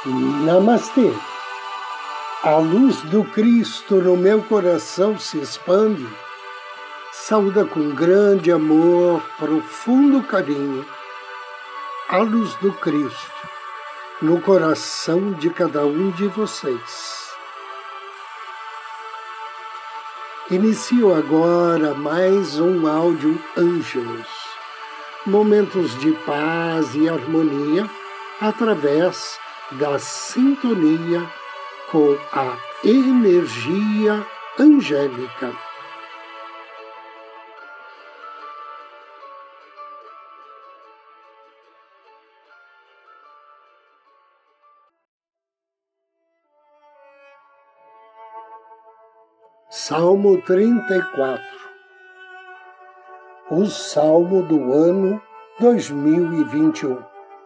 Namastê! A luz do Cristo no meu coração se expande, saúda com grande amor, profundo carinho, a luz do Cristo no coração de cada um de vocês. Inicio agora mais um áudio Ângelos, momentos de paz e harmonia através da sintonia com a energia angélica. Salmo 34. O Salmo do ano 2021.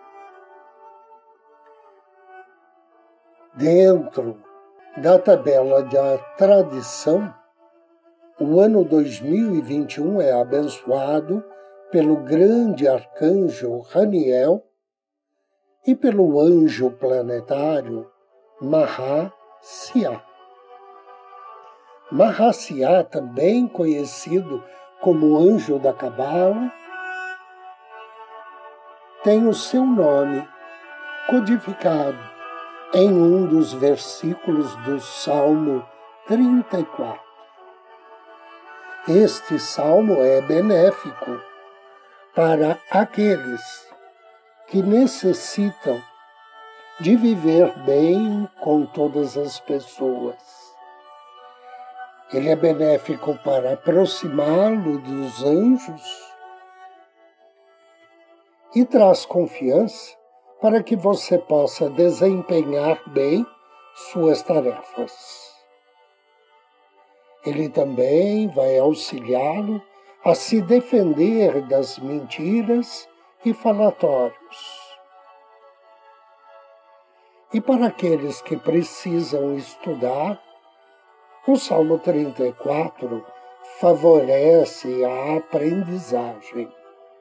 Dentro da tabela da tradição, o ano 2021 é abençoado pelo grande arcanjo Raniel e pelo anjo planetário Mahasiá. Mahasiá, também conhecido como anjo da Cabala, tem o seu nome codificado em um dos versículos do Salmo 34. Este salmo é benéfico para aqueles que necessitam de viver bem com todas as pessoas. Ele é benéfico para aproximá-lo dos anjos e traz confiança para que você possa desempenhar bem suas tarefas. Ele também vai auxiliá-lo a se defender das mentiras e falatórios. E para aqueles que precisam estudar, o Salmo 34 favorece a aprendizagem.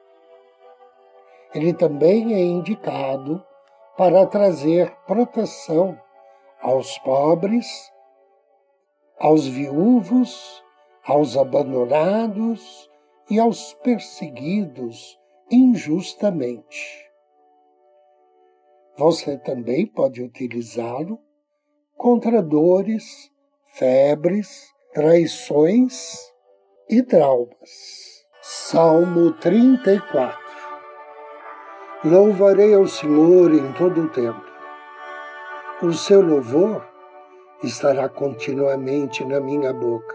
Ele também é indicado para trazer proteção aos pobres, aos viúvos, aos abandonados e aos perseguidos injustamente. Você também pode utilizá-lo contra dores, febres, traições e traumas. Salmo 34. Louvarei ao Senhor em todo o tempo. O seu louvor estará continuamente na minha boca.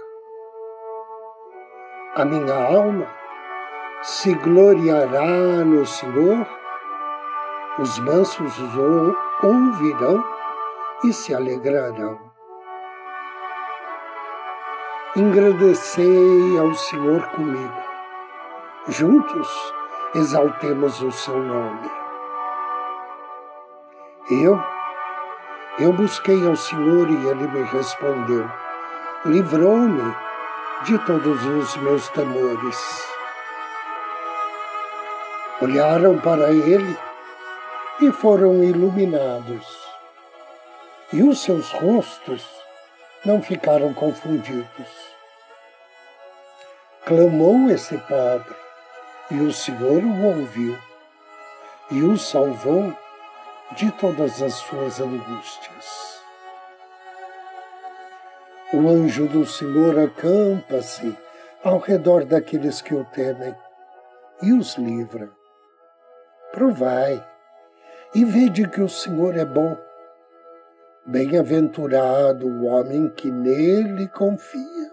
A minha alma se gloriará no Senhor. Os mansos o ouvirão e se alegrarão. Engrandecei ao Senhor comigo. Juntos exaltemos o seu nome. Eu busquei ao Senhor e ele me respondeu. Livrou-me de todos os meus temores. Olharam para ele e foram iluminados. E os seus rostos não ficaram confundidos. Clamou esse pobre, e o Senhor o ouviu, e o salvou de todas as suas angústias. O anjo do Senhor acampa-se ao redor daqueles que o temem, e os livra. Provai, e vede que o Senhor é bom. Bem-aventurado o homem que nele confia.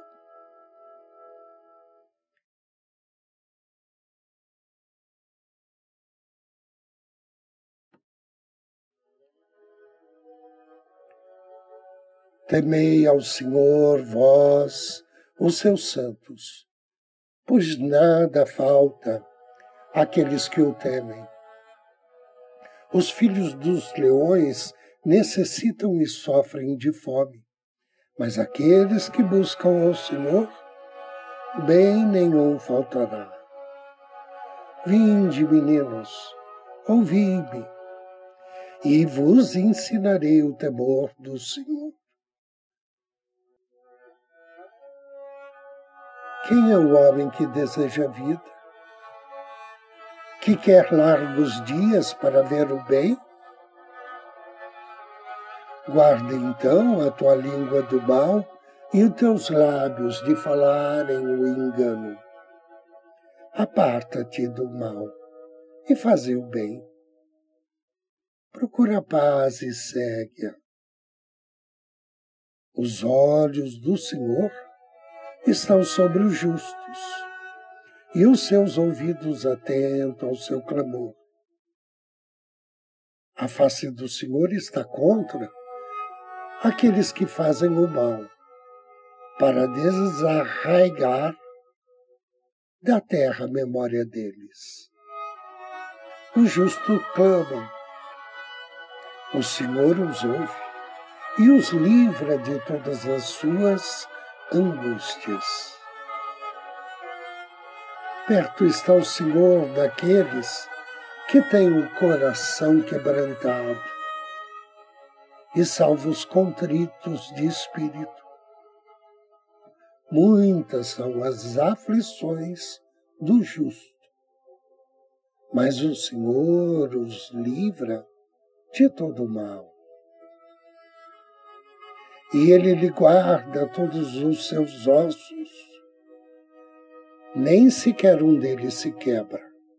Temei ao Senhor, vós, os seus santos, pois nada falta àqueles que o temem. Os filhos dos leões necessitam e sofrem de fome, mas aqueles que buscam ao Senhor, bem nenhum faltará. Vinde, meninos, ouvi-me, e vos ensinarei o temor do Senhor. Quem é o homem que deseja a vida, que quer largos dias para ver o bem? Guarda então a tua língua do mal e os teus lábios de falarem o engano. Aparta-te do mal e faze o bem. Procura a paz e segue-a. Os olhos do Senhor estão sobre os justos, e os seus ouvidos atentos ao seu clamor. A face do Senhor está contra aqueles que fazem o mal, para desarraigar da terra a memória deles. Os justos clamam, o Senhor os ouve e os livra de todas as suas angústias. Perto está o Senhor daqueles que têm o coração quebrantado e salva os contritos de espírito. Muitas são as aflições do justo, mas o Senhor os livra de todo o mal. E Ele lhe guarda todos os seus ossos, nem sequer um deles se quebra.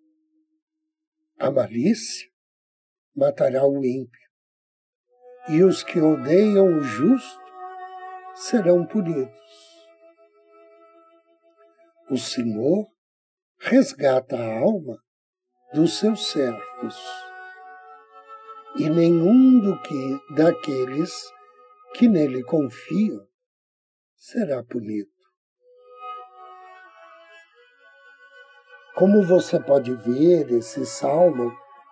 A malícia matará o ímpio, e os que odeiam o justo serão punidos. O Senhor resgata a alma dos seus servos, e nenhum daqueles que nele confiam será punido. Como você pode ver, esse salmo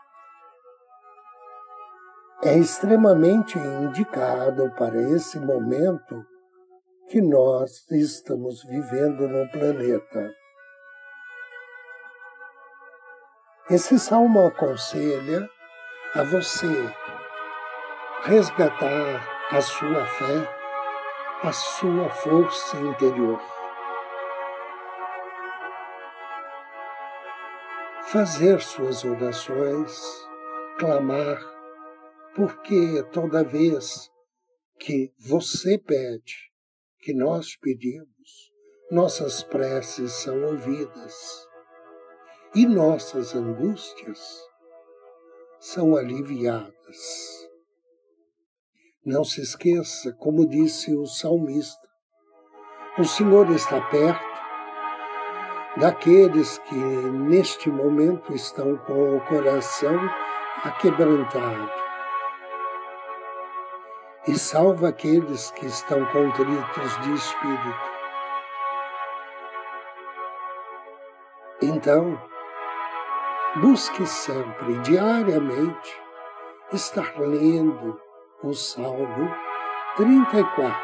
é extremamente indicado para esse momento que nós estamos vivendo no planeta. Esse salmo aconselha a você resgatar a sua fé, a sua força interior. Fazer suas orações, clamar, porque toda vez que você pede, que nós pedimos, nossas preces são ouvidas e nossas angústias são aliviadas. Não se esqueça, como disse o salmista, o Senhor está perto daqueles que neste momento estão com o coração aquebrantado e salva aqueles que estão contritos de espírito. Então, busque sempre, diariamente, estar lendo o Salmo 34.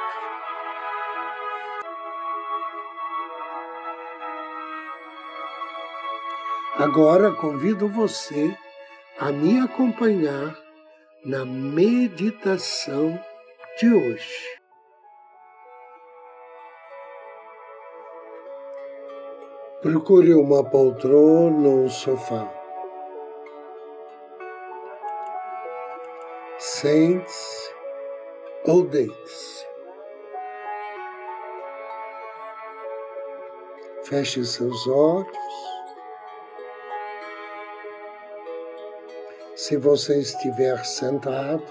Agora convido você a me acompanhar na meditação de hoje. Procure uma poltrona ou um sofá. Sente-se ou deite-se. Feche seus olhos. Se você estiver sentado,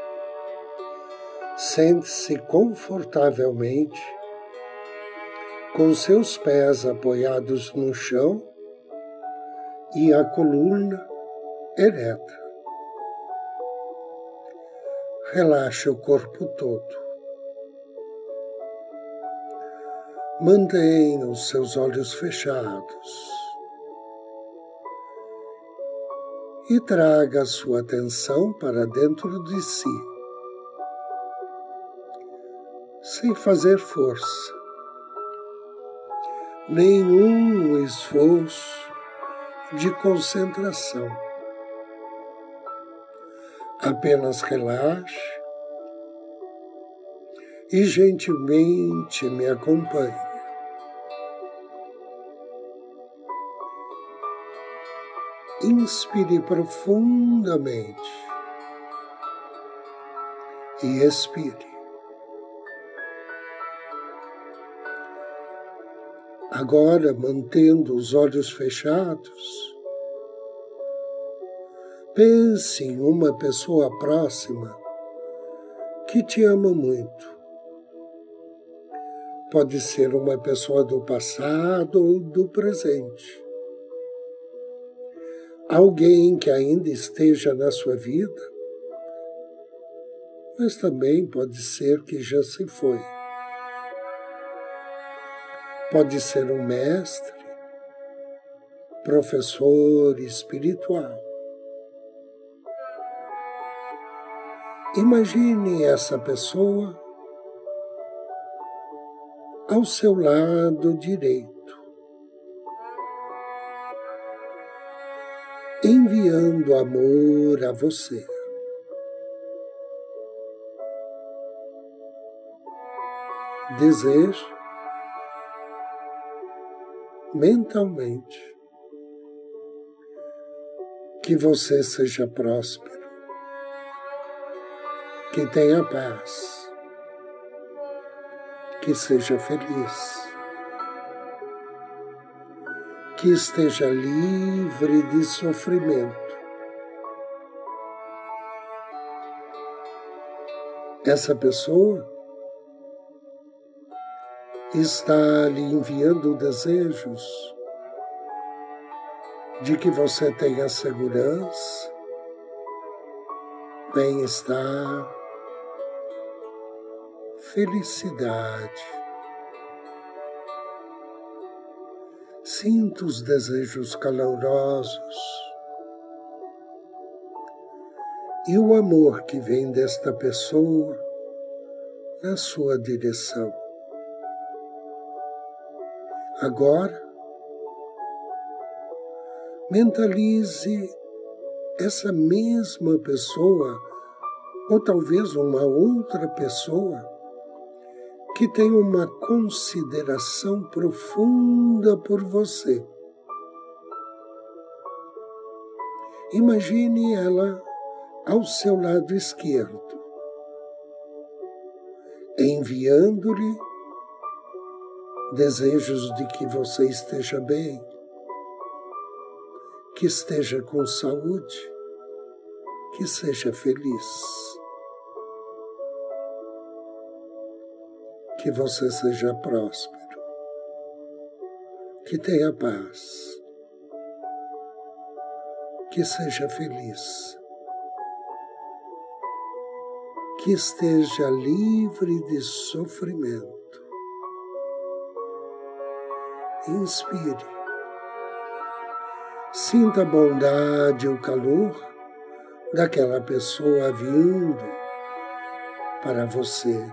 sente-se confortavelmente, com seus pés apoiados no chão e a coluna ereta. Relaxe o corpo todo. Mantenha os seus olhos fechados e traga a sua atenção para dentro de si, sem fazer força, nenhum esforço de concentração. Apenas relaxe e gentilmente me acompanhe. Inspire profundamente e expire. Agora, mantendo os olhos fechados, pense em uma pessoa próxima que te ama muito. Pode ser uma pessoa do passado ou do presente. Alguém que ainda esteja na sua vida, mas também pode ser que já se foi. Pode ser um mestre, professor espiritual. Imagine essa pessoa ao seu lado direito, enviando amor a você. Desejo mentalmente que você seja próspero, que tenha paz, que seja feliz, que esteja livre de sofrimento. Essa pessoa está lhe enviando desejos de que você tenha segurança, bem-estar, felicidade. Sinta os desejos calorosos e o amor que vem desta pessoa na sua direção. Agora, mentalize essa mesma pessoa, ou talvez uma outra pessoa, que tem uma consideração profunda por você. Imagine ela ao seu lado esquerdo, enviando-lhe desejos de que você esteja bem, que esteja com saúde, que seja feliz, que você seja próspero, que tenha paz, que seja feliz, que esteja livre de sofrimento. Inspire. Sinta a bondade e o calor daquela pessoa vindo para você.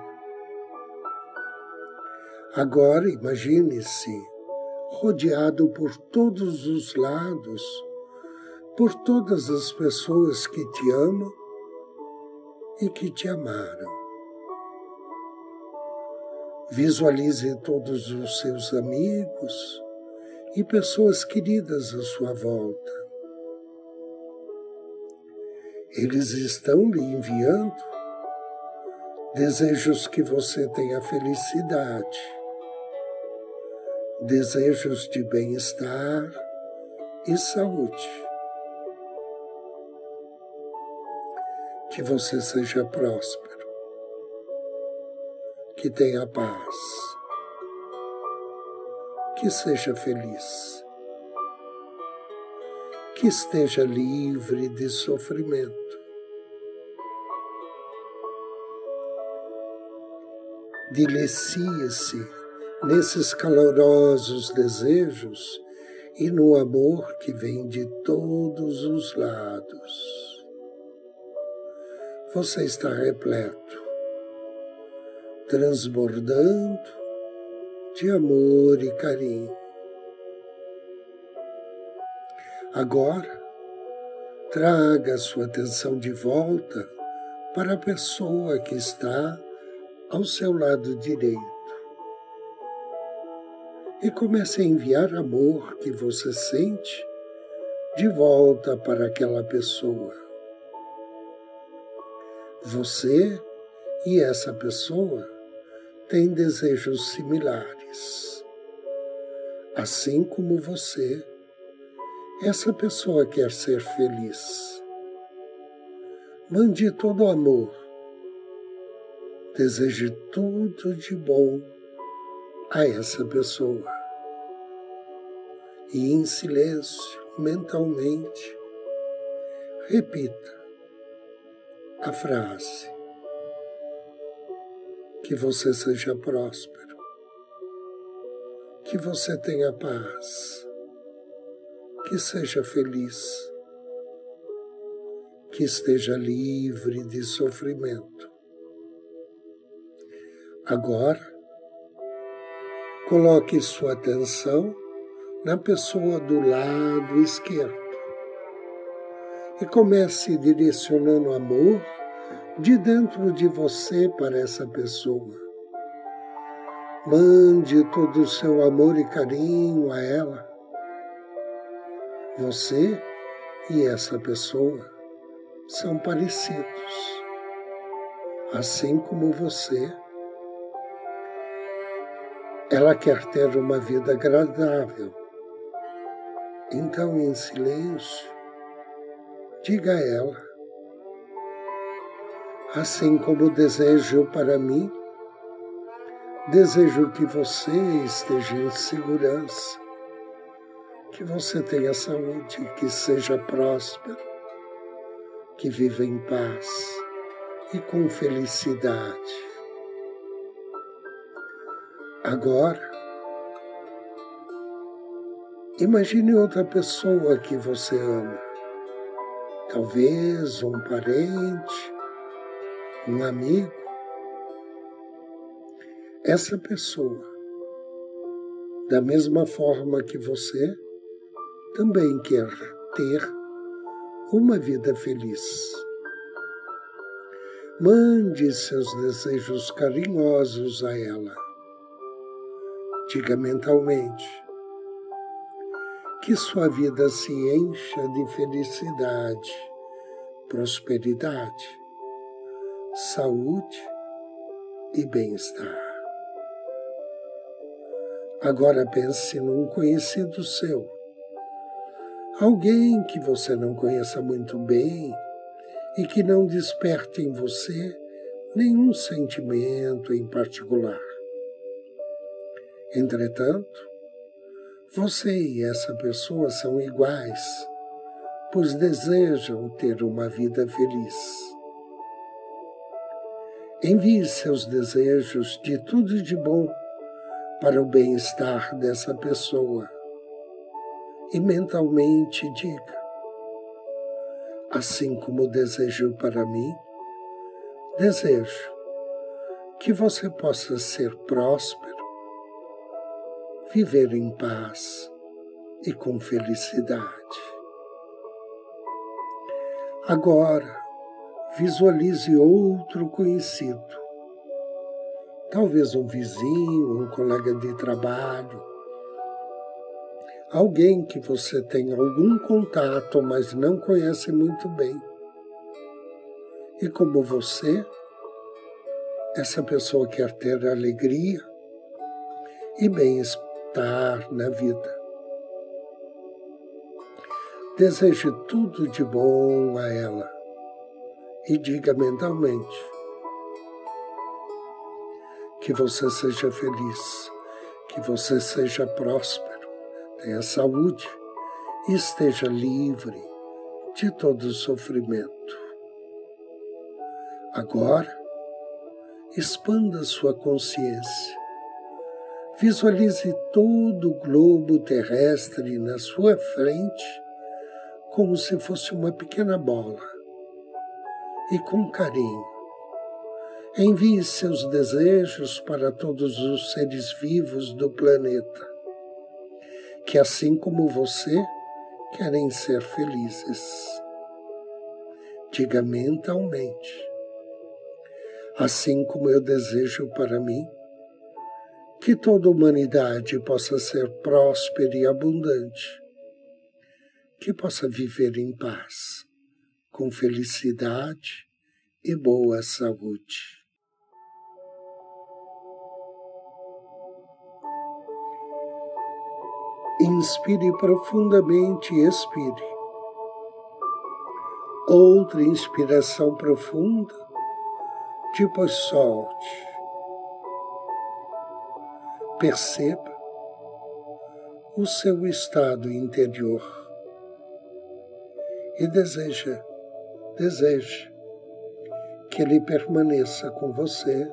Agora imagine-se rodeado por todos os lados, por todas as pessoas que te amam e que te amaram. Visualize todos os seus amigos e pessoas queridas à sua volta. Eles estão lhe enviando desejos que você tenha felicidade, desejos de bem-estar e saúde. Que você seja próspero, que tenha paz, que seja feliz, que esteja livre de sofrimento. Delicie-se nesses calorosos desejos e no amor que vem de todos os lados. Você está repleto, transbordando de amor e carinho. Agora, Traga sua atenção de volta para a pessoa que está ao seu lado direito. E comece a enviar amor que você sente de volta para aquela pessoa. Você e essa pessoa têm desejos similares. Assim como você, essa pessoa quer ser feliz. Mande todo o amor. Deseje tudo de bom a essa pessoa. E em silêncio, mentalmente, repita a frase: que você seja próspero, que você tenha paz, que seja feliz, que esteja livre de sofrimento. Agora, coloque sua atenção na pessoa do lado esquerdo e comece direcionando amor de dentro de você para essa pessoa. Mande todo o seu amor e carinho a ela. Você e essa pessoa são parecidos. Assim como você, ela quer ter uma vida agradável. Então, em silêncio, diga a ela: assim como desejo para mim, desejo que você esteja em segurança, que você tenha saúde, que seja próspero, que viva em paz e com felicidade. Agora, imagine outra pessoa que você ama, talvez um parente, um amigo. Essa pessoa, da mesma forma que você, também quer ter uma vida feliz. Mande seus desejos carinhosos a ela. Diga mentalmente que sua vida se encha de felicidade, prosperidade, saúde e bem-estar. Agora pense num conhecido seu, alguém que você não conheça muito bem e que não desperte em você nenhum sentimento em particular. Entretanto, você e essa pessoa são iguais, pois desejam ter uma vida feliz. Envie seus desejos de tudo de bom para o bem-estar dessa pessoa e mentalmente diga: assim como desejo para mim, desejo que você possa ser próspero, viver em paz e com felicidade. Agora, visualize outro conhecido, talvez um vizinho, um colega de trabalho, alguém que você tem algum contato, mas não conhece muito bem. E como você, essa pessoa quer ter alegria e bem-estar na vida. Deseje tudo de bom a ela e diga mentalmente que você seja feliz, que você seja próspero, tenha saúde e esteja livre de todo sofrimento. Agora, expanda sua consciência. Visualize todo o globo terrestre na sua frente como se fosse uma pequena bola. E com carinho, envie seus desejos para todos os seres vivos do planeta, que assim como você, querem ser felizes. Diga mentalmente: assim como eu desejo para mim, que toda a humanidade possa ser próspera e abundante, que possa viver em paz, com felicidade e boa saúde. Inspire profundamente e expire. Outra inspiração profunda, depois solte. Perceba o seu estado interior e deseje que ele permaneça com você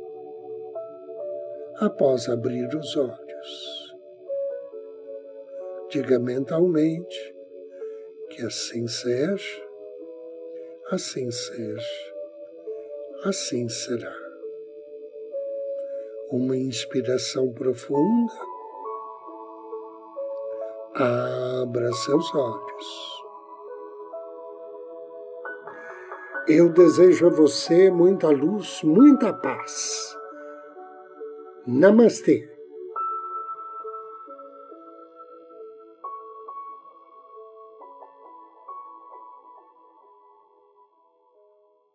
após abrir os olhos. Diga mentalmente que assim seja, assim seja, assim será. Uma inspiração profunda. Abra seus olhos. Eu desejo a você muita luz, muita paz. Namastê.